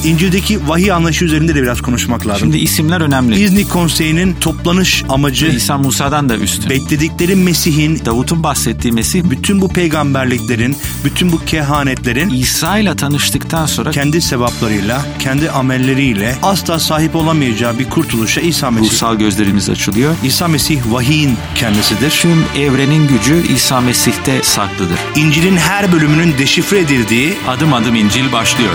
İncil'deki vahiy anlayışı üzerinde de biraz konuşmak lazım. Şimdi isimler önemli. İznik Konseyi'nin toplanış amacı İsa Musa'dan da üstün. Bekledikleri Mesih'in, Davut'un bahsettiği Mesih, bütün bu peygamberliklerin, bütün bu kehanetlerin İsa ile tanıştıktan sonra kendi sevaplarıyla, kendi amelleriyle asla sahip olamayacağı bir kurtuluşa İsa Mesih. ruhsal gözlerimiz açılıyor. İsa Mesih vahiyin kendisidir. Tüm evrenin gücü İsa Mesih'te saklıdır. İncil'in her bölümünün deşifre edildiği Adım adım İncil başlıyor.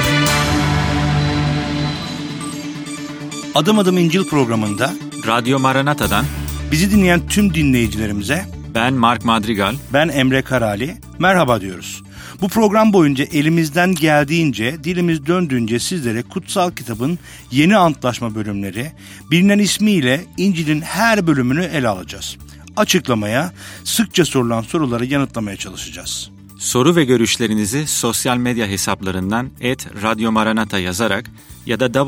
Adım Adım İncil programında Radyo Maranata'dan bizi dinleyen tüm dinleyicilerimize ben Mark Madrigal, ben Emre Karali, merhaba diyoruz. Bu program boyunca elimizden geldiğince, dilimiz döndüğünce sizlere kutsal kitabın yeni antlaşma bölümleri, bilinen ismiyle İncil'in her bölümünü ele alacağız. Açıklamaya, sıkça sorulan soruları yanıtlamaya çalışacağız. soru ve görüşlerinizi sosyal medya hesaplarından @radyomaranata yazarak ya da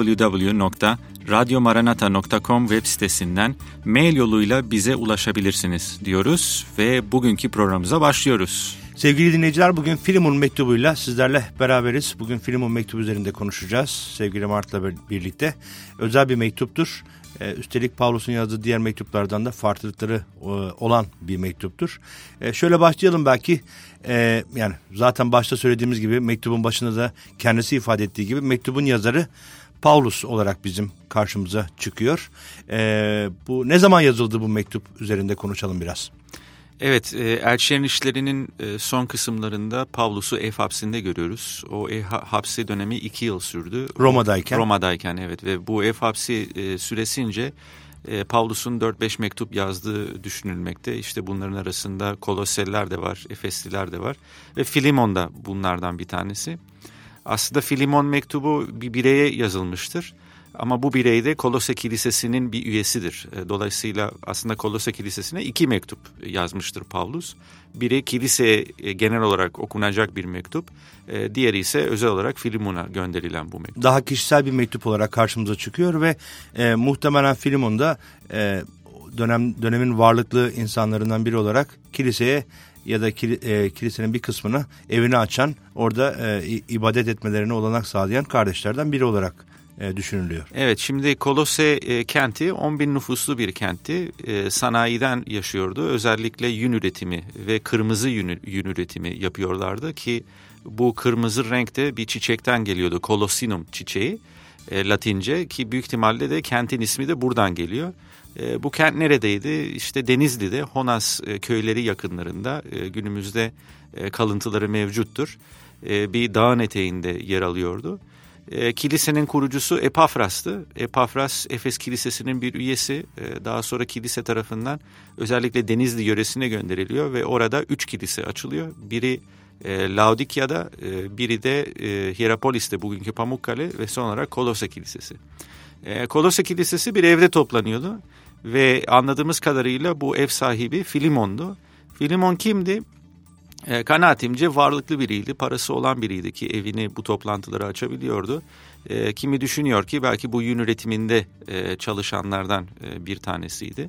www.radyomaranata.com web sitesinden mail yoluyla bize ulaşabilirsiniz diyoruz ve bugünkü programımıza başlıyoruz. Sevgili dinleyiciler, bugün Filemon mektubuyla sizlerle beraberiz. Bugün Filemon mektubu üzerinde konuşacağız sevgili Mart'la birlikte. Özel bir mektuptur. Üstelik Pavlus'un yazdığı diğer mektuplardan da farklılıkları olan bir mektuptur. Şöyle başlayalım belki. Yani zaten başta söylediğimiz gibi mektubun başında da kendisi ifade ettiği gibi mektubun yazarı Pavlus olarak bizim karşımıza çıkıyor. Bu ne zaman yazıldı bu mektup üzerinde konuşalım biraz. Evet, Elçilerin İşleri'nin son kısımlarında Pavlus'u ev hapsinde görüyoruz. O ev hapsi dönemi 2 yıl sürdü. Roma'dayken evet ve bu ev hapsi süresince Pavlus'un 4-5 mektup yazdığı düşünülmekte. İşte bunların arasında Koloseliler de var, Efesliler de var ve Filemon da bunlardan bir tanesi. Aslında Filemon mektubu bir bireye yazılmıştır. Ama bu birey de Kolose Kilisesi'nin bir üyesidir. Dolayısıyla aslında Kolose Kilisesi'ne 2 mektup yazmıştır Pavlus. Biri kiliseye genel olarak okunacak bir mektup. Diğeri ise özel olarak Filemon'a gönderilen bu mektup. Daha kişisel bir mektup olarak karşımıza çıkıyor ve muhtemelen Filemon da dönemin varlıklı insanlarından biri olarak kiliseye ya da kilisenin bir kısmını evine açan, orada ibadet etmelerine olanak sağlayan kardeşlerden biri olarak düşünülüyor. Evet, şimdi Kolose kenti 10.000 nüfuslu bir kentti. Sanayiden yaşıyordu. Özellikle yün üretimi ve kırmızı yün üretimi yapıyorlardı ki bu kırmızı renkte bir çiçekten geliyordu. Colossinum çiçeği Latince ki büyük ihtimalle de kentin ismi de buradan geliyor. Bu kent neredeydi? İşte Denizli'de, Honas köyleri yakınlarında, günümüzde kalıntıları mevcuttur. Bir dağın eteğinde yer alıyordu. Kilisenin kurucusu Epafras'tı. Epafras, Efes Kilisesi'nin bir üyesi. Daha sonra kilise tarafından özellikle Denizli yöresine gönderiliyor ve orada 3 kilise açılıyor. Biri Laodikya'da, biri de Hierapolis'te, bugünkü Pamukkale ve son olarak Kolose Kilisesi. Kolose Kilisesi bir evde toplanıyordu ve anladığımız kadarıyla bu ev sahibi Filemon'du. Filemon kimdi? Kanaatimce varlıklı biriydi, parası olan biriydi ki evini bu toplantıları açabiliyordu. Kimi düşünüyor ki belki bu yün üretiminde çalışanlardan bir tanesiydi.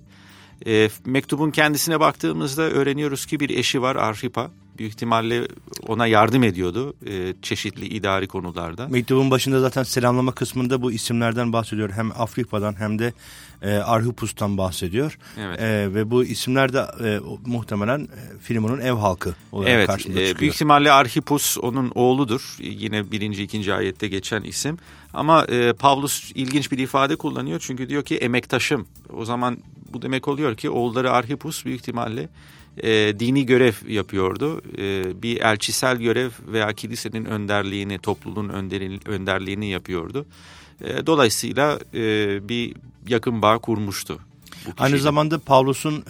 Mektubun kendisine baktığımızda öğreniyoruz ki bir eşi var, Arhipa. Büyük ihtimalle ona yardım ediyordu çeşitli idari konularda. Mektubun başında zaten selamlama kısmında bu isimlerden bahsediyor. Hem Afripa'dan hem de Arhipus'tan bahsediyor. Evet. Ve bu isimler de muhtemelen Filemon'un ev halkı olarak karşımıza çıkıyor. Büyük ihtimalle Arhipus onun oğludur. Yine 1. 2. ayette geçen isim. Ama Pavlus ilginç bir ifade kullanıyor. Çünkü diyor ki emektaşım. O zaman bu demek oluyor ki oğulları Arhipus büyük ihtimalle dini görev yapıyordu. Bir elçisel görev veya kilisenin önderliğini, topluluğun önderliğini yapıyordu. Dolayısıyla bir yakın bağ kurmuştu. Aynı zamanda Pavlus'un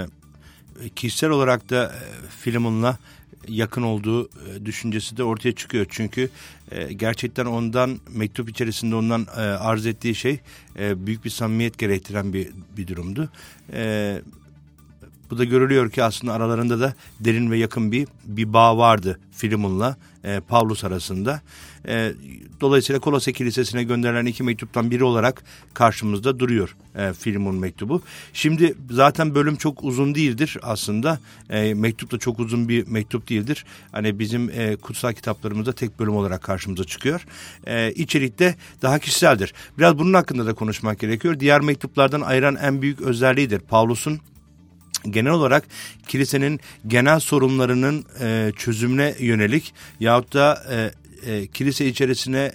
kişisel olarak da Filemon'la yakın olduğu düşüncesi de ortaya çıkıyor. Çünkü gerçekten ondan, mektup içerisinde ondan arz ettiği şey büyük bir samimiyet gerektiren bir durumdu. Bu da görülüyor ki aslında aralarında da derin ve yakın bir bağ vardı Filemon'la Pavlus arasında. Dolayısıyla Kolose Kilisesi'ne gönderilen 2 mektuptan biri olarak karşımızda duruyor Filemon mektubu. Şimdi zaten bölüm çok uzun değildir aslında. Mektup da çok uzun bir mektup değildir. Hani bizim kutsal kitaplarımızda tek bölüm olarak karşımıza çıkıyor. İçerik de daha kişiseldir. Biraz bunun hakkında da konuşmak gerekiyor. Diğer mektuplardan ayıran en büyük özelliğidir Pavlus'un genel olarak kilisenin genel sorunlarının çözümüne yönelik yahut da kilise içerisine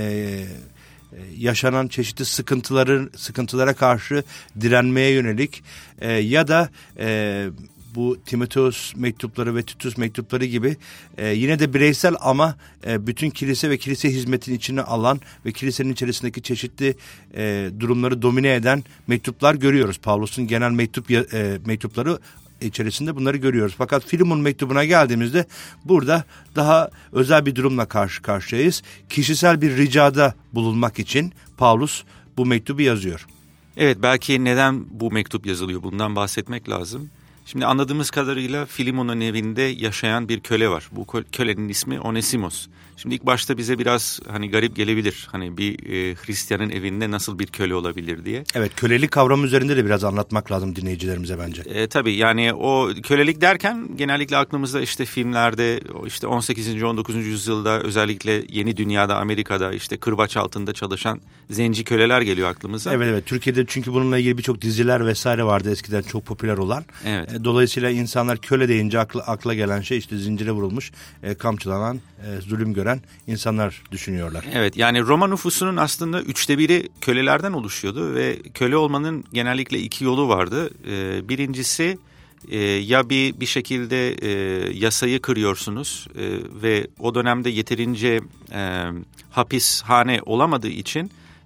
yaşanan çeşitli sıkıntılara karşı direnmeye yönelik ya da bu Timoteus mektupları ve Titus mektupları gibi yine de bireysel ama bütün kilise ve kilise hizmetinin içine alan ve kilisenin içerisindeki çeşitli durumları domine eden mektuplar görüyoruz. Pavlus'un genel mektupları içerisinde bunları görüyoruz. Fakat Filemon mektubuna geldiğimizde burada daha özel bir durumla karşı karşıyayız. Kişisel bir ricada bulunmak için Pavlus bu mektubu yazıyor. Evet, belki neden bu mektup yazılıyor bundan bahsetmek lazım. Şimdi anladığımız kadarıyla Filemon'un evinde yaşayan bir köle var. Bu kölenin ismi Onesimos. Şimdi ilk başta bize biraz hani garip gelebilir. Hani bir Hristiyanın evinde nasıl bir köle olabilir diye. Evet, kölelik kavramı üzerinde de biraz anlatmak lazım dinleyicilerimize bence. Tabii yani o kölelik derken genellikle aklımızda işte filmlerde işte 18. 19. yüzyılda özellikle Yeni Dünya'da, Amerika'da işte kırbaç altında çalışan zenci köleler geliyor aklımıza. Evet, Türkiye'de çünkü bununla ilgili birçok diziler vesaire vardı eskiden çok popüler olan. Evet. Dolayısıyla insanlar köle deyince akla gelen şey işte zincire vurulmuş, kamçılanan, zulüm gören insanlar düşünüyorlar. Evet, yani Roma nüfusunun aslında 1/3'ü kölelerden oluşuyordu ve köle olmanın genellikle 2 yolu vardı. Birincisi ya bir şekilde yasayı kırıyorsunuz ve o dönemde yeterince hapishane olamadığı için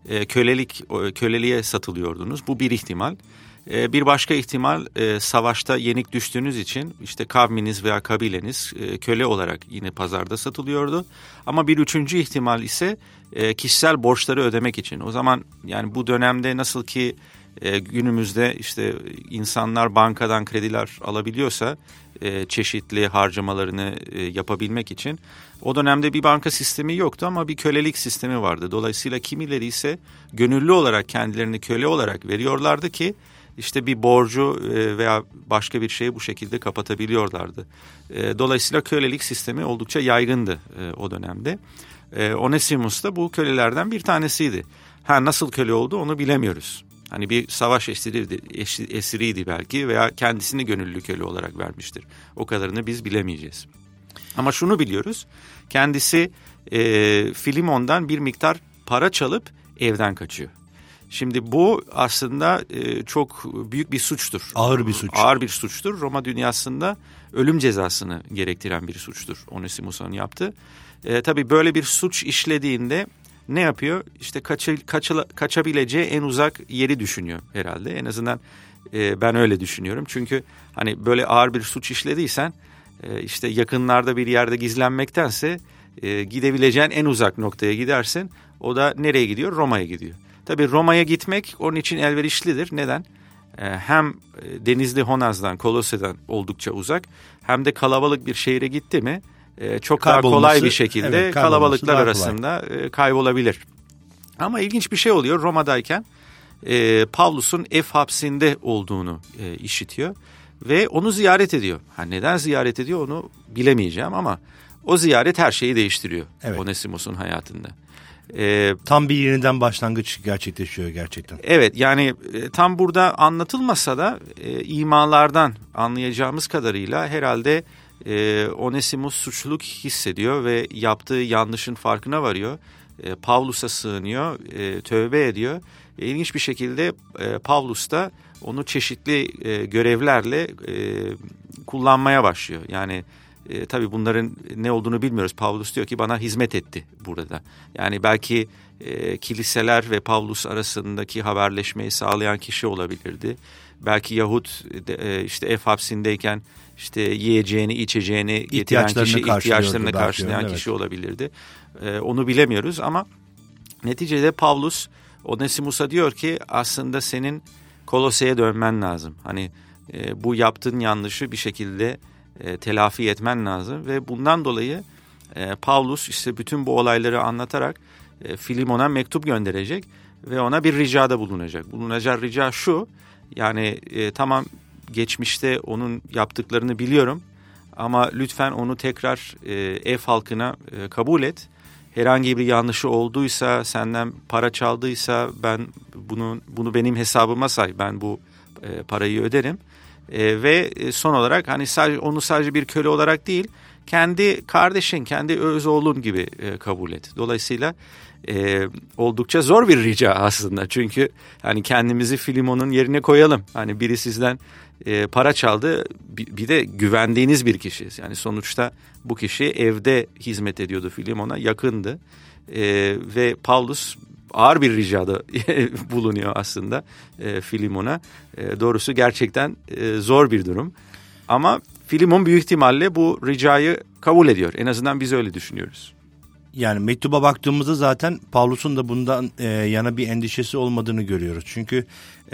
köleliğe satılıyordunuz. Bu bir ihtimal. Bir başka ihtimal savaşta yenik düştüğünüz için işte kavminiz veya kabileniz köle olarak yine pazarda satılıyordu. Ama bir üçüncü ihtimal ise kişisel borçları ödemek için. O zaman yani bu dönemde nasıl ki günümüzde işte insanlar bankadan krediler alabiliyorsa çeşitli harcamalarını yapabilmek için o dönemde bir banka sistemi yoktu ama bir kölelik sistemi vardı. Dolayısıyla kimileri ise gönüllü olarak kendilerini köle olarak veriyorlardı ki işte bir borcu veya başka bir şeyi bu şekilde kapatabiliyorlardı. Dolayısıyla kölelik sistemi oldukça yaygındı o dönemde. Onesimus da bu kölelerden bir tanesiydi. Nasıl köle oldu onu bilemiyoruz. Hani bir savaş esiriydi belki veya kendisini gönüllü köle olarak vermiştir. O kadarını biz bilemeyeceğiz. Ama şunu biliyoruz. Kendisi Filemon'dan bir miktar para çalıp evden kaçıyor. Şimdi bu aslında çok büyük bir suçtur. Ağır bir suç. Ağır bir suçtur. Roma dünyasında ölüm cezasını gerektiren bir suçtur Onesimus'un yaptığı. Tabii böyle bir suç işlediğinde ne yapıyor? İşte kaçabileceği en uzak yeri düşünüyor herhalde. En azından ben öyle düşünüyorum. Çünkü hani böyle ağır bir suç işlediysen işte yakınlarda bir yerde gizlenmektense gidebileceğin en uzak noktaya gidersin. O da nereye gidiyor? Roma'ya gidiyor. Tabii Roma'ya gitmek onun için elverişlidir. Neden? Hem Denizli Honaz'dan, Kolose'den oldukça uzak hem de kalabalık bir şehre gitti mi çok daha kolay bir şekilde kalabalıklar arasında kaybolabilir. Ama ilginç bir şey oluyor. Roma'dayken Pavlus'un ev hapsinde olduğunu işitiyor ve onu ziyaret ediyor. Neden ziyaret ediyor onu bilemeyeceğim ama o ziyaret her şeyi değiştiriyor Onesimus'un hayatında. Tam bir yeniden başlangıç gerçekleşiyor gerçekten. Evet, yani tam burada anlatılmasa da imalardan anlayacağımız kadarıyla herhalde Onesimus suçluluk hissediyor ve yaptığı yanlışın farkına varıyor. Pavlus'a sığınıyor, tövbe ediyor. İlginç bir şekilde Pavlus da onu çeşitli görevlerle kullanmaya başlıyor. Yani tabii bunların ne olduğunu bilmiyoruz. Pavlus diyor ki bana hizmet etti burada. Yani belki kiliseler ve Pavlus arasındaki haberleşmeyi sağlayan kişi olabilirdi. Belki Yahut işte ev hapsindeyken işte yiyeceğini, içeceğini getiren kişi, ihtiyaçlarını karşılayan kişi olabilirdi. Onu bilemiyoruz ama neticede Pavlus Onesimus'a diyor ki aslında senin Kolose'ye dönmen lazım. Hani bu yaptığın yanlışı bir şekilde telafi etmen lazım. Ve bundan dolayı Pavlus işte bütün bu olayları anlatarak Filemon'a mektup gönderecek ve ona bir ricada bulunacak. Bulunacağı rica şu, yani tamam geçmişte onun yaptıklarını biliyorum ama lütfen onu tekrar ev halkına kabul et. Herhangi bir yanlışı olduysa, senden para çaldıysa bunu benim hesabıma say, ben bu parayı öderim. Ve son olarak hani sadece bir köle olarak değil, kendi kardeşin, kendi öz oğlun gibi kabul et. Dolayısıyla oldukça zor bir rica aslında. Çünkü hani kendimizi Filemon'un yerine koyalım. Hani biri sizden para çaldı, bir de güvendiğiniz bir kişi. Yani sonuçta bu kişi evde hizmet ediyordu Filemon'a, yakındı. Ve Pavlus ağır bir ricada bulunuyor aslında Filemon'a. Doğrusu gerçekten zor bir durum. Ama Filemon büyük ihtimalle bu ricayı kabul ediyor. En azından biz öyle düşünüyoruz. Yani mektuba baktığımızda zaten Pavlus'un da bundan yana bir endişesi olmadığını görüyoruz. Çünkü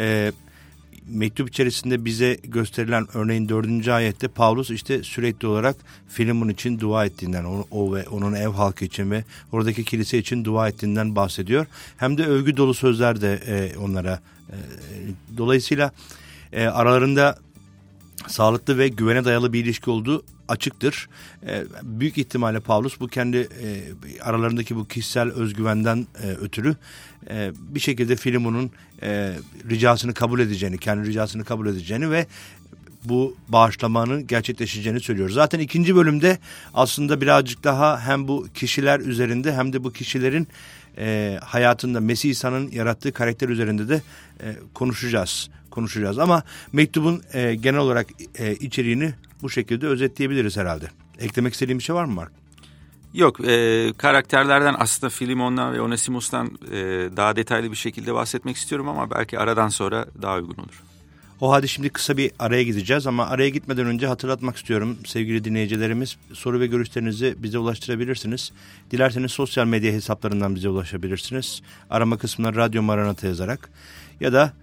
mektup içerisinde bize gösterilen örneğin 4. ayette Pavlus işte sürekli olarak Filemon için dua ettiğinden, o ve onun ev halkı için ve oradaki kilise için dua ettiğinden bahsediyor. Hem de övgü dolu sözler de onlara. Dolayısıyla aralarında sağlıklı ve güvene dayalı bir ilişki olduğu açıktır. Büyük ihtimalle Pavlus bu kendi aralarındaki bu kişisel özgüvenden ötürü bir şekilde Filemon'un ricasını kabul edeceğini, kendi ricasını kabul edeceğini ve bu bağışlamanın gerçekleşeceğini söylüyor. Zaten 2. bölümde aslında birazcık daha hem bu kişiler üzerinde hem de bu kişilerin hayatında Mesih İsa'nın yarattığı karakter üzerinde de konuşacağız. Ama mektubun genel olarak içeriğini bu şekilde özetleyebiliriz herhalde. Eklemek istediğim bir şey var mı Mark? Yok, karakterlerden aslında Filemon'dan ve Onesimus'tan daha detaylı bir şekilde bahsetmek istiyorum ama belki aradan sonra daha uygun olur. O halde şimdi kısa bir araya gideceğiz ama araya gitmeden önce hatırlatmak istiyorum sevgili dinleyicilerimiz, soru ve görüşlerinizi bize ulaştırabilirsiniz. Dilerseniz sosyal medya hesaplarından bize ulaşabilirsiniz. Arama kısmına Radyo Maranata yazarak ya da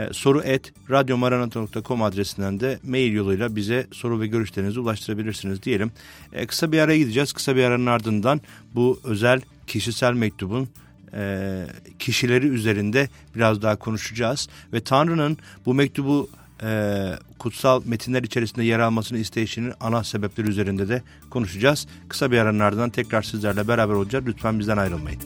soru@radyomaranata.com adresinden de mail yoluyla bize soru ve görüşlerinizi ulaştırabilirsiniz diyelim. Kısa bir araya gideceğiz. Kısa bir aranın ardından bu özel kişisel mektubun kişileri üzerinde biraz daha konuşacağız. Ve Tanrı'nın bu mektubu kutsal metinler içerisinde yer almasını isteyişinin ana sebepleri üzerinde de konuşacağız. Kısa bir aranın ardından tekrar sizlerle beraber olacağız. Lütfen bizden ayrılmayın.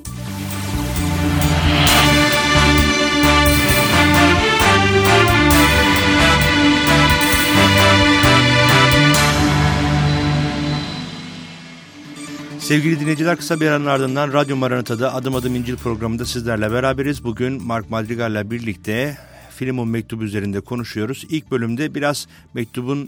Sevgili dinleyiciler, kısa bir aranın ardından Radyo Maranata'da Adım Adım İncil programında sizlerle beraberiz. Bugün Mark Madrigal'la birlikte Filemon mektubu üzerinde konuşuyoruz. İlk bölümde biraz mektubun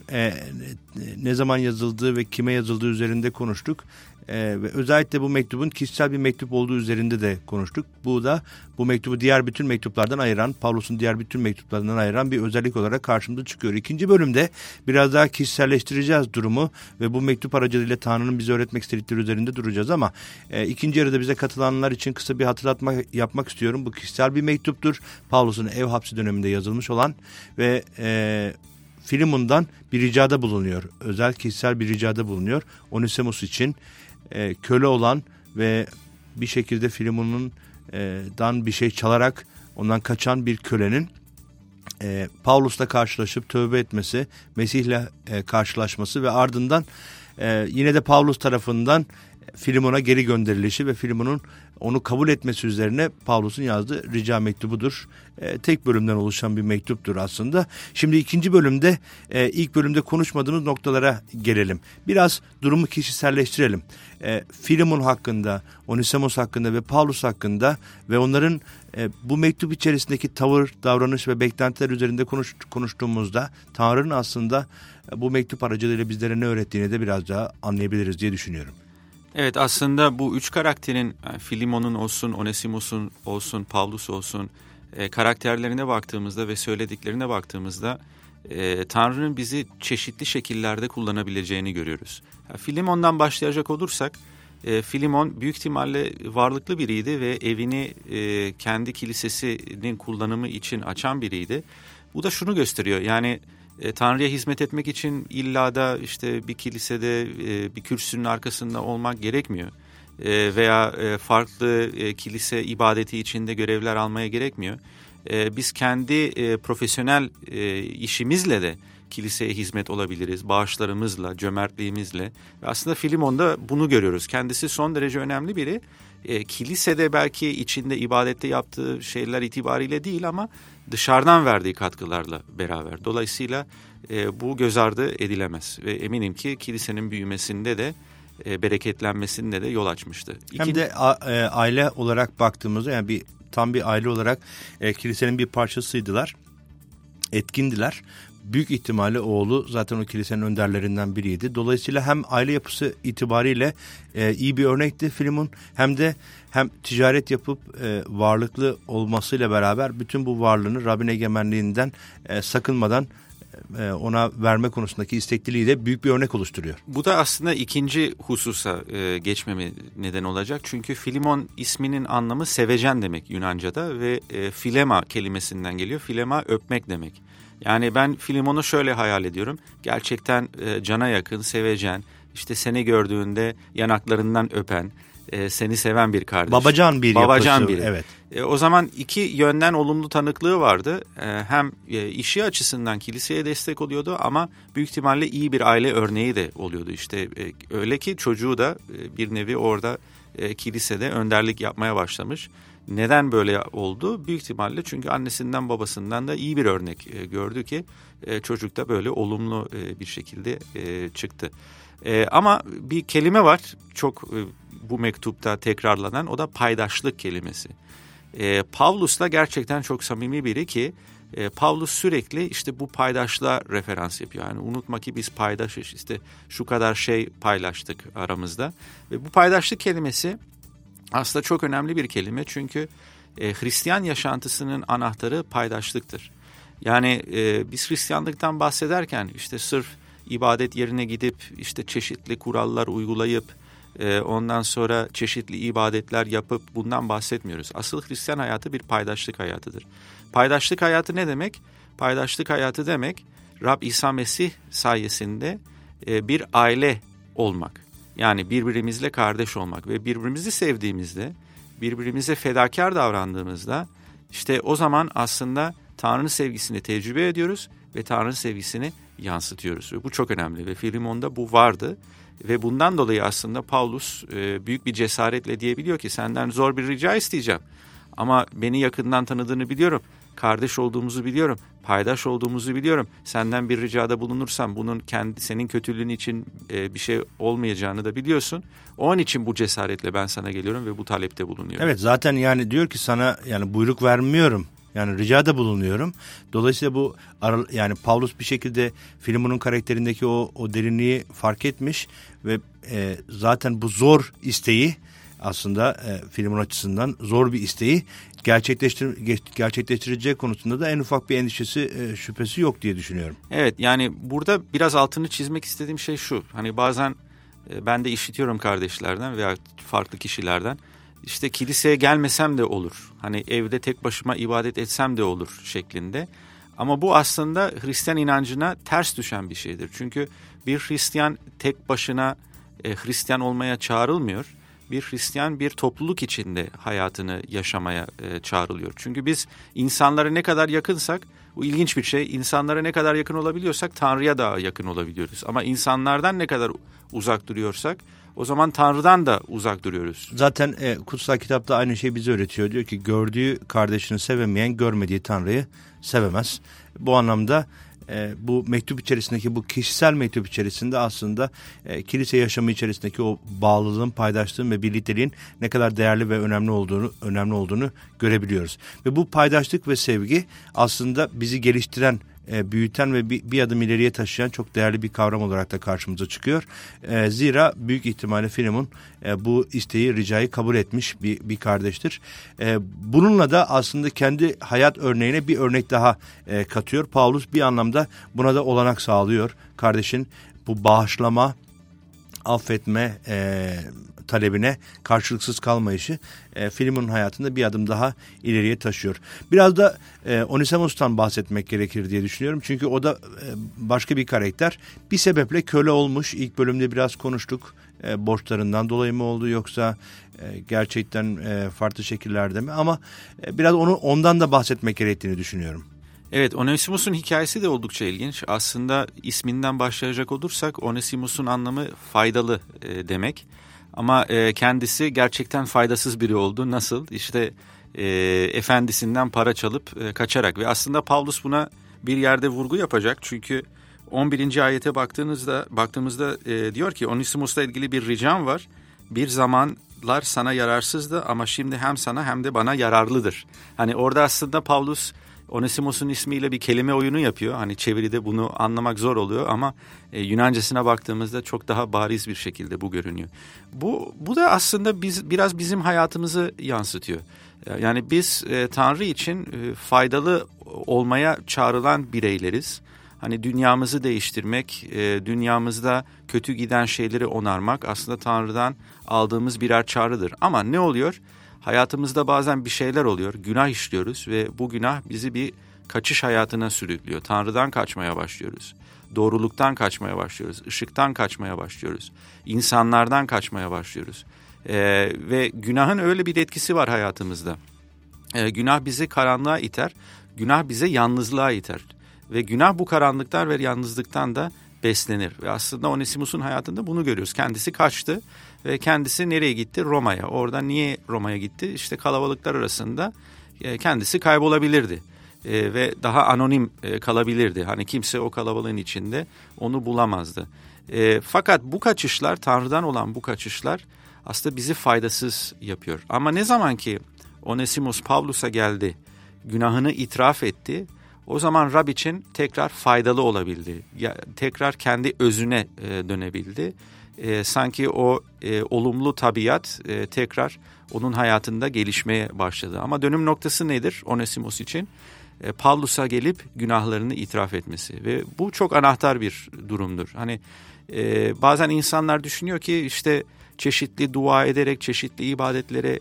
ne zaman yazıldığı ve kime yazıldığı üzerinde konuştuk. Ve özellikle bu mektubun kişisel bir mektup olduğu üzerinde de konuştuk. Bu da bu mektubu diğer bütün mektuplardan ayıran, Pavlus'un diğer bütün mektuplarından ayıran bir özellik olarak karşımıza çıkıyor. İkinci bölümde biraz daha kişiselleştireceğiz durumu ve bu mektup aracılığıyla Tanrı'nın bize öğretmek istedikleri üzerinde duracağız ama ikinci yarıda bize katılanlar için kısa bir hatırlatma yapmak istiyorum. Bu kişisel bir mektuptur. Pavlus'un ev hapsi döneminde yazılmış olan ve Filemon'dan bir ricada bulunuyor. Özel kişisel bir ricada bulunuyor. Onesimus için köle olan ve bir şekilde Filemon'dan bir şey çalarak ondan kaçan bir kölenin Pavlus'la karşılaşıp tövbe etmesi, Mesih'le karşılaşması ve ardından yine de Pavlus tarafından Filemon'a geri gönderilişi ve Filemon'un onu kabul etmesi üzerine Pavlus'un yazdığı rica mektubudur. Tek bölümden oluşan bir mektuptur aslında. Şimdi ikinci bölümde ilk bölümde konuşmadığımız noktalara gelelim. Biraz durumu kişiselleştirelim. Filemon hakkında, Onesimus hakkında ve Pavlus hakkında ve onların bu mektup içerisindeki tavır, davranış ve beklentiler üzerinde konuştuğumuzda Tanrı'nın aslında bu mektup aracılığıyla bizlere ne öğrettiğini de biraz daha anlayabiliriz diye düşünüyorum. Evet, aslında bu üç karakterin, Filemon'un olsun, Onesimus'un olsun, Pavlus olsun, karakterlerine baktığımızda ve söylediklerine baktığımızda Tanrı'nın bizi çeşitli şekillerde kullanabileceğini görüyoruz. Filemon'dan başlayacak olursak, Filemon büyük ihtimalle varlıklı biriydi ve evini kendi kilisesinin kullanımı için açan biriydi. Bu da şunu gösteriyor, yani Tanrı'ya hizmet etmek için illa da işte bir kilisede bir kürsünün arkasında olmak gerekmiyor. Veya farklı kilise ibadeti içinde görevler almaya gerekmiyor. Biz kendi profesyonel işimizle de kiliseye hizmet olabiliriz. Bağışlarımızla, cömertliğimizle. Ve aslında Filemon'da bunu görüyoruz. Kendisi son derece önemli biri. Kilisede belki içinde ibadette yaptığı şeyler itibariyle değil ama dışarıdan verdiği katkılarla beraber. Dolayısıyla bu göz ardı edilemez. Ve eminim ki kilisenin büyümesinde de bereketlenmesinde de yol açmıştı. Hem de aile olarak baktığımızda yani tam bir aile olarak kilisenin bir parçasıydılar. Etkindiler. Büyük ihtimalle oğlu zaten o kilisenin önderlerinden biriydi. Dolayısıyla hem aile yapısı itibariyle iyi bir örnekti Filemon, hem ticaret yapıp varlıklı olmasıyla beraber bütün bu varlığını Rabbin egemenliğinden sakınmadan ona verme konusundaki istekliliği de büyük bir örnek oluşturuyor. Bu da aslında ikinci hususa geçmeme neden olacak. Çünkü Filemon isminin anlamı sevecen demek Yunanca'da ve filema kelimesinden geliyor. Filema öpmek demek. Yani ben Filemon'u şöyle hayal ediyorum. Gerçekten cana yakın, sevecen, işte seni gördüğünde yanaklarından öpen, seni seven bir kardeş. Babacan biri. Evet. O zaman iki yönden olumlu tanıklığı vardı. Hem işi açısından kiliseye destek oluyordu ama büyük ihtimalle iyi bir aile örneği de oluyordu. İşte öyle ki çocuğu da bir nevi orada kilisede önderlik yapmaya başlamış. Neden böyle oldu? Büyük ihtimalle çünkü annesinden babasından da iyi bir örnek gördü ki çocuk da böyle olumlu bir şekilde çıktı. Ama bir kelime var çok bu mektupta tekrarlanan, o da paydaşlık kelimesi. Pavlus'la gerçekten çok samimi biri ki Pavlus sürekli işte bu paydaşlığa referans yapıyor. Yani unutma ki biz paydaşız, işte şu kadar şey paylaştık aramızda. Ve bu paydaşlık kelimesi aslında çok önemli bir kelime çünkü Hristiyan yaşantısının anahtarı paydaşlıktır. Yani biz Hristiyanlıktan bahsederken işte sırf ibadet yerine gidip işte çeşitli kurallar uygulayıp ondan sonra çeşitli ibadetler yapıp bundan bahsetmiyoruz. Asıl Hristiyan hayatı bir paydaşlık hayatıdır. Paydaşlık hayatı ne demek? Paydaşlık hayatı demek Rab İsa Mesih sayesinde bir aile olmak. Yani birbirimizle kardeş olmak ve birbirimizi sevdiğimizde, birbirimize fedakar davrandığımızda işte o zaman aslında Tanrı'nın sevgisini tecrübe ediyoruz ve Tanrı'nın sevgisini yansıtıyoruz. Ve bu çok önemli ve Filemon'da bu vardı ve bundan dolayı aslında Pavlus büyük bir cesaretle diyebiliyor ki senden zor bir rica isteyeceğim ama beni yakından tanıdığını biliyorum. Kardeş olduğumuzu biliyorum, paydaş olduğumuzu biliyorum. Senden bir ricada bulunursam bunun senin kötülüğün için bir şey olmayacağını da biliyorsun. Onun için bu cesaretle ben sana geliyorum ve bu talepte bulunuyorum. Evet, zaten yani diyor ki sana yani buyruk vermiyorum. Yani ricada bulunuyorum. Dolayısıyla bu yani Pavlus bir şekilde Filemon'un karakterindeki o derinliği fark etmiş ve zaten bu zor isteği aslında Filemon açısından zor bir isteği gerçekleştireceği konusunda da en ufak bir endişesi, şüphesi yok diye düşünüyorum. Evet, yani burada biraz altını çizmek istediğim şey şu. Hani bazen ben de işitiyorum kardeşlerden veya farklı kişilerden. İşte kiliseye gelmesem de olur. Hani evde tek başıma ibadet etsem de olur şeklinde. Ama bu aslında Hristiyan inancına ters düşen bir şeydir. Çünkü bir Hristiyan tek başına Hristiyan olmaya çağrılmıyor. Bir Hristiyan bir topluluk içinde hayatını yaşamaya çağrılıyor. Çünkü biz insanlara ne kadar yakınsak, bu ilginç bir şey, insanlara ne kadar yakın olabiliyorsak Tanrı'ya daha yakın olabiliyoruz. Ama insanlardan ne kadar uzak duruyorsak o zaman Tanrı'dan da uzak duruyoruz. Zaten kutsal kitapta aynı şey bize öğretiyor. Diyor ki gördüğü kardeşini sevemeyen görmediği Tanrı'yı sevemez. Bu anlamda bu mektup içerisindeki, bu kişisel mektup içerisinde aslında kilise yaşamı içerisindeki o bağlılığın, paydaşlığın ve birlikteliğin ne kadar değerli ve önemli olduğunu görebiliyoruz. Ve bu paydaşlık ve sevgi aslında bizi geliştiren, büyüten ve bir adım ileriye taşıyan çok değerli bir kavram olarak da karşımıza çıkıyor. Zira büyük ihtimalle Filemon bu isteği, ricayı kabul etmiş bir kardeştir. Bununla da aslında kendi hayat örneğine bir örnek daha katıyor. Pavlus bir anlamda buna da olanak sağlıyor. Kardeşin bu bağışlama, affetme, talebine karşılıksız kalmayışı Filemon'un hayatında bir adım daha ileriye taşıyor. Biraz da Onesimus'tan bahsetmek gerekir diye düşünüyorum. Çünkü o da başka bir karakter. Bir sebeple köle olmuş. İlk bölümde biraz konuştuk. Borçlarından dolayı mı oldu yoksa gerçekten farklı şekillerde mi? Ama biraz ondan da bahsetmek gerektiğini düşünüyorum. Evet, Onesimus'un hikayesi de oldukça ilginç. Aslında isminden başlayacak olursak Onesimus'un anlamı faydalı demek. Ama kendisi gerçekten faydasız biri oldu. Nasıl? İşte efendisinden para çalıp kaçarak. Ve aslında Pavlus buna bir yerde vurgu yapacak. Çünkü 11. ayete baktığımızda diyor ki Onesimus'la ilgili bir ricam var. Bir zamanlar sana yararsızdı ama şimdi hem sana hem de bana yararlıdır. Hani orada aslında Pavlus Onesimus'un ismiyle bir kelime oyunu yapıyor. Hani çeviride bunu anlamak zor oluyor ama Yunancasına baktığımızda çok daha bariz bir şekilde bu görünüyor. Bu da aslında biraz bizim hayatımızı yansıtıyor. Yani biz Tanrı için faydalı olmaya çağrılan bireyleriz. Hani dünyamızı değiştirmek, dünyamızda kötü giden şeyleri onarmak aslında Tanrı'dan aldığımız birer çağrıdır. Ama ne oluyor? Hayatımızda bazen bir şeyler oluyor, günah işliyoruz ve bu günah bizi bir kaçış hayatına sürüklüyor. Tanrı'dan kaçmaya başlıyoruz, doğruluktan kaçmaya başlıyoruz, ışıktan kaçmaya başlıyoruz, insanlardan kaçmaya başlıyoruz. Ve günahın öyle bir etkisi var hayatımızda. Günah bizi karanlığa iter, günah bize yalnızlığa iter. Ve günah bu karanlıktan ve yalnızlıktan da beslenir. Ve aslında Onesimus'un hayatında bunu görüyoruz. Kendisi kaçtı ve kendisi nereye gitti? Roma'ya. Orada niye Roma'ya gitti? İşte kalabalıklar arasında kendisi kaybolabilirdi. Ve daha anonim kalabilirdi. Hani kimse o kalabalığın içinde onu bulamazdı. Fakat bu kaçışlar, Tanrı'dan olan bu kaçışlar aslında bizi faydasız yapıyor. Ama ne zaman ki Onesimus Pavlus'a geldi, günahını itiraf etti, o zaman Rab için tekrar faydalı olabildi. Tekrar kendi özüne dönebildi. Sanki o olumlu tabiat tekrar onun hayatında gelişmeye başladı. Ama dönüm noktası nedir Onesimus için? Pavlus'a gelip günahlarını itiraf etmesi. Ve bu çok anahtar bir durumdur. Hani bazen insanlar düşünüyor ki işte çeşitli dua ederek, çeşitli ibadetlere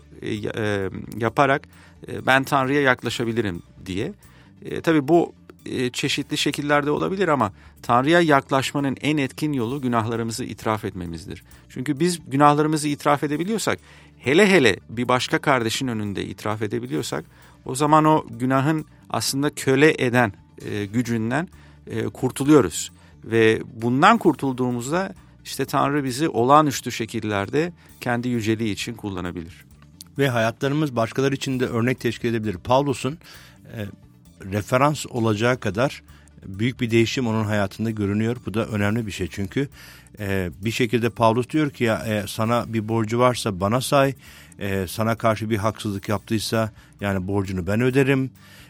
yaparak ben Tanrı'ya yaklaşabilirim diye. Tabii bu çeşitli şekillerde olabilir ama Tanrı'ya yaklaşmanın en etkin yolu günahlarımızı itiraf etmemizdir. Çünkü biz günahlarımızı itiraf edebiliyorsak, hele bir başka kardeşin önünde itiraf edebiliyorsak, o zaman o günahın aslında köle eden gücünden kurtuluyoruz. Ve bundan kurtulduğumuzda işte Tanrı bizi olağanüstü şekillerde kendi yüceliği için kullanabilir. Ve hayatlarımız başkaları için de örnek teşkil edebilir. Pavlus'un referans olacağı kadar büyük bir değişim onun hayatında görünüyor. Bu da önemli bir şey çünkü bir şekilde Pavlus diyor ki sana bir borcu varsa bana say, sana karşı bir haksızlık yaptıysa yani borcunu ben öderim.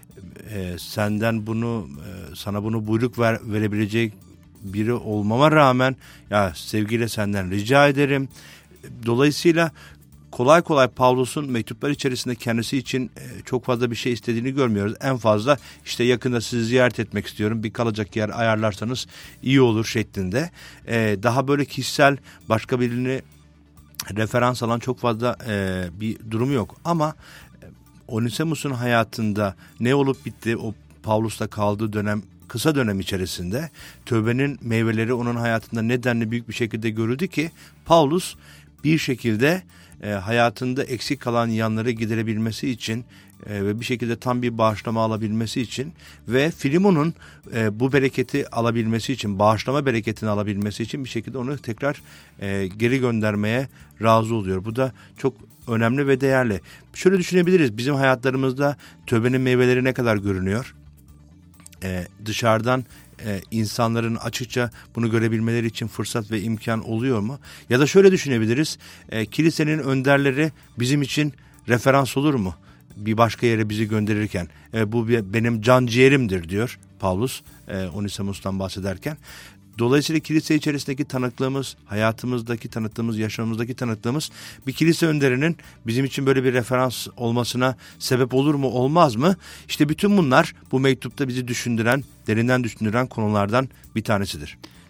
Sana bunu buyruk verebilecek biri olmama rağmen ya sevgiyle senden rica ederim. Dolayısıyla kolay kolay Pavlus'un mektuplar içerisinde kendisi için çok fazla bir şey istediğini görmüyoruz. En fazla işte yakında sizi ziyaret etmek istiyorum, bir kalacak yer ayarlarsanız iyi olur şeklinde. Daha böyle kişisel başka birini referans alan çok fazla bir durumu yok. Ama Onesimus'un hayatında ne olup bitti o Pavlus'ta kaldığı dönem, kısa dönem içerisinde tövbenin meyveleri onun hayatında nedenli büyük bir şekilde görüldü ki Pavlus bir şekilde hayatında eksik kalan yanları giderebilmesi için ve bir şekilde tam bir bağışlama alabilmesi için ve Filemon'un bu bereketi alabilmesi için, bağışlama bereketini alabilmesi için bir şekilde onu tekrar geri göndermeye razı oluyor. Bu da çok önemli ve değerli. Şöyle düşünebiliriz, bizim hayatlarımızda tövbenin meyveleri ne kadar görünüyor? Dışarıdan insanların açıkça bunu görebilmeleri için fırsat ve imkan oluyor mu? Ya da şöyle düşünebiliriz, kilisenin önderleri bizim için referans olur mu? Bir başka yere bizi gönderirken bu benim can ciğerimdir diyor Pavlus Onesimus'tan bahsederken. Dolayısıyla kilise içerisindeki tanıklığımız, hayatımızdaki tanıklığımız, yaşamımızdaki tanıklığımız bir kilise önderinin bizim için böyle bir referans olmasına sebep olur mu, olmaz mı? İşte bütün bunlar bu mektupta bizi düşündüren, derinden düşündüren konulardan bir tanesidir.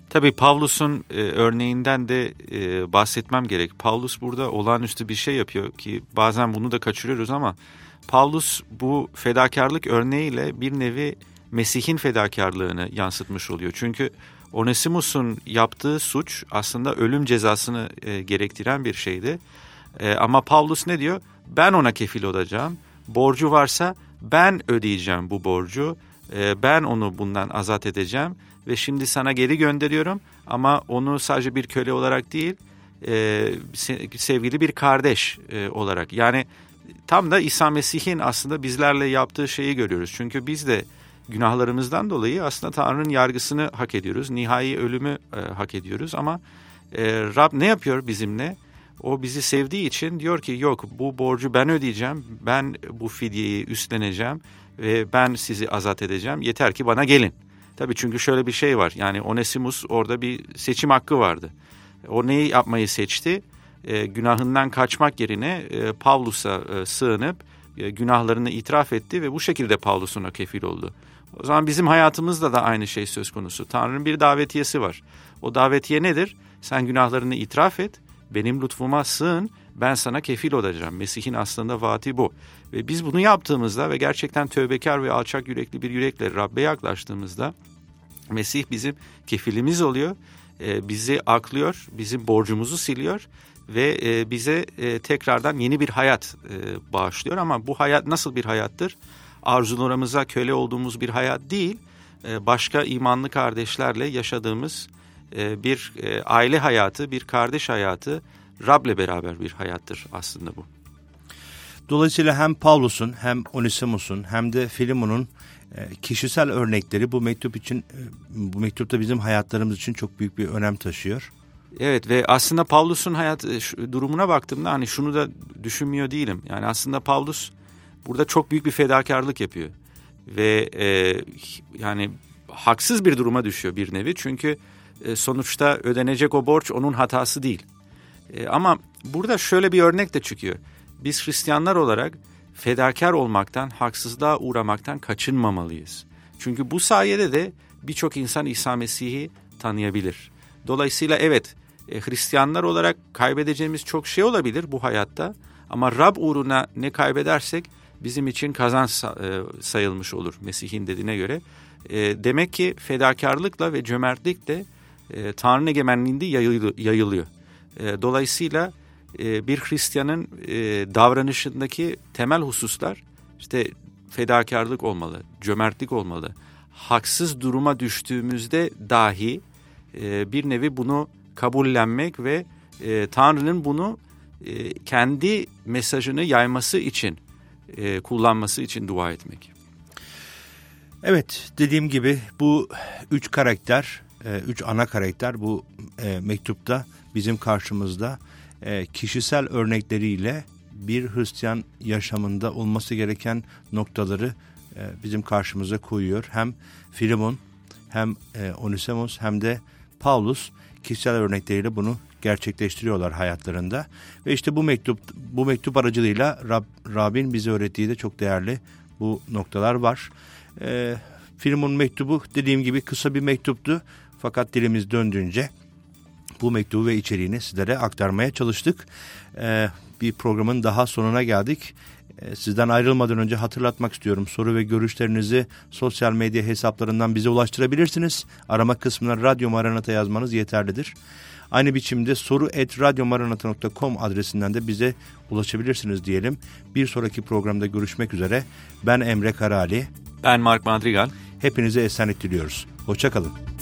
Tabii Pavlus'un örneğinden de bahsetmem gerek. Pavlus burada olağanüstü bir şey yapıyor ki bazen bunu da kaçırıyoruz ama Pavlus bu fedakarlık örneğiyle bir nevi Mesih'in fedakarlığını yansıtmış oluyor. Çünkü Onesimus'un yaptığı suç aslında ölüm cezasını gerektiren bir şeydi. Ama Pavlus ne diyor? Ben ona kefil olacağım. Borcu varsa ben ödeyeceğim bu borcu. Ben onu bundan azat edeceğim. Ve şimdi sana geri gönderiyorum ama onu sadece bir köle olarak değil, sevgili bir kardeş olarak. Yani tam da İsa Mesih'in aslında bizlerle yaptığı şeyi görüyoruz. Çünkü biz de günahlarımızdan dolayı aslında Tanrı'nın yargısını hak ediyoruz. Nihai ölümü hak ediyoruz ama Rab ne yapıyor bizimle? O bizi sevdiği için diyor ki yok, bu borcu ben ödeyeceğim, ben bu fidyeyi üstleneceğim ve ben sizi azat edeceğim. Yeter ki bana gelin. Tabii çünkü şöyle bir şey var, yani Onesimus orada bir seçim hakkı vardı. O neyi yapmayı seçti? Günahından kaçmak yerine Pavlus'a sığınıp günahlarını itiraf etti ve bu şekilde Pavlus'un o kefil oldu. O zaman bizim hayatımızda da aynı şey söz konusu. Tanrı'nın bir davetiyesi var. O davetiye nedir? Sen günahlarını itiraf et, benim lütfuma sığın, ben sana kefil olacağım. Mesih'in aslında vaati bu. Ve biz bunu yaptığımızda ve gerçekten tövbekar ve alçak yürekli bir yürekle Rabbe yaklaştığımızda Mesih bizim kefilimiz oluyor. Bizi aklıyor, bizim borcumuzu siliyor ve bize tekrardan yeni bir hayat bağışlıyor. Ama bu hayat nasıl bir hayattır? Arzularımıza köle olduğumuz bir hayat değil, başka imanlı kardeşlerle yaşadığımız bir aile hayatı, bir kardeş hayatı, Rab'le beraber bir hayattır aslında bu. Dolayısıyla hem Pavlus'un hem Onesimus'un hem de Filemon'un kişisel örnekleri bu mektup için, bu mektupta bizim hayatlarımız için çok büyük bir önem taşıyor. Evet ve aslında Pavlus'un hayat durumuna baktığımda hani şunu da düşünmüyor değilim. Yani aslında Pavlus burada çok büyük bir fedakarlık yapıyor ve yani haksız bir duruma düşüyor bir nevi. Çünkü sonuçta ödenecek o borç onun hatası değil. Ama burada şöyle bir örnek de çıkıyor. Biz Hristiyanlar olarak fedakar olmaktan, haksızlığa uğramaktan kaçınmamalıyız. Çünkü bu sayede de birçok insan İsa Mesih'i tanıyabilir. Dolayısıyla evet, Hristiyanlar olarak kaybedeceğimiz çok şey olabilir bu hayatta. Ama Rab uğruna ne kaybedersek bizim için kazanç sayılmış olur Mesih'in dediğine göre. Demek ki fedakarlıkla ve cömertlikle Tanrı'nın egemenliğinde yayılıyor. Dolayısıyla bir Hristiyanın davranışındaki temel hususlar işte fedakarlık olmalı, cömertlik olmalı. Haksız duruma düştüğümüzde dahi bir nevi bunu kabullenmek ve Tanrı'nın bunu kendi mesajını yayması için, kullanması için dua etmek. Evet, dediğim gibi bu üç ana karakter bu mektupta bizim karşımızda kişisel örnekleriyle bir Hristiyan yaşamında olması gereken noktaları bizim karşımıza koyuyor. Hem Filemon, hem Onesimus, hem de Pavlus kişisel örnekleriyle bunu gerçekleştiriyorlar hayatlarında. Ve işte bu mektup aracılığıyla Rab'in bize öğrettiği de çok değerli bu noktalar var. Filemon mektubu dediğim gibi kısa bir mektuptu. Fakat dilimiz döndüğünce bu mektubu ve içeriğini sizlere aktarmaya çalıştık. Bir programın daha sonuna geldik. Sizden ayrılmadan önce hatırlatmak istiyorum. Soru ve görüşlerinizi sosyal medya hesaplarından bize ulaştırabilirsiniz. Arama kısmına Radyo Maranata yazmanız yeterlidir. Aynı biçimde soru@radyomaranata.com adresinden de bize ulaşabilirsiniz diyelim. Bir sonraki programda görüşmek üzere. Ben Emre Karali. Ben Mark Madrigal. Hepinize esenlik diliyoruz. Hoşça kalın.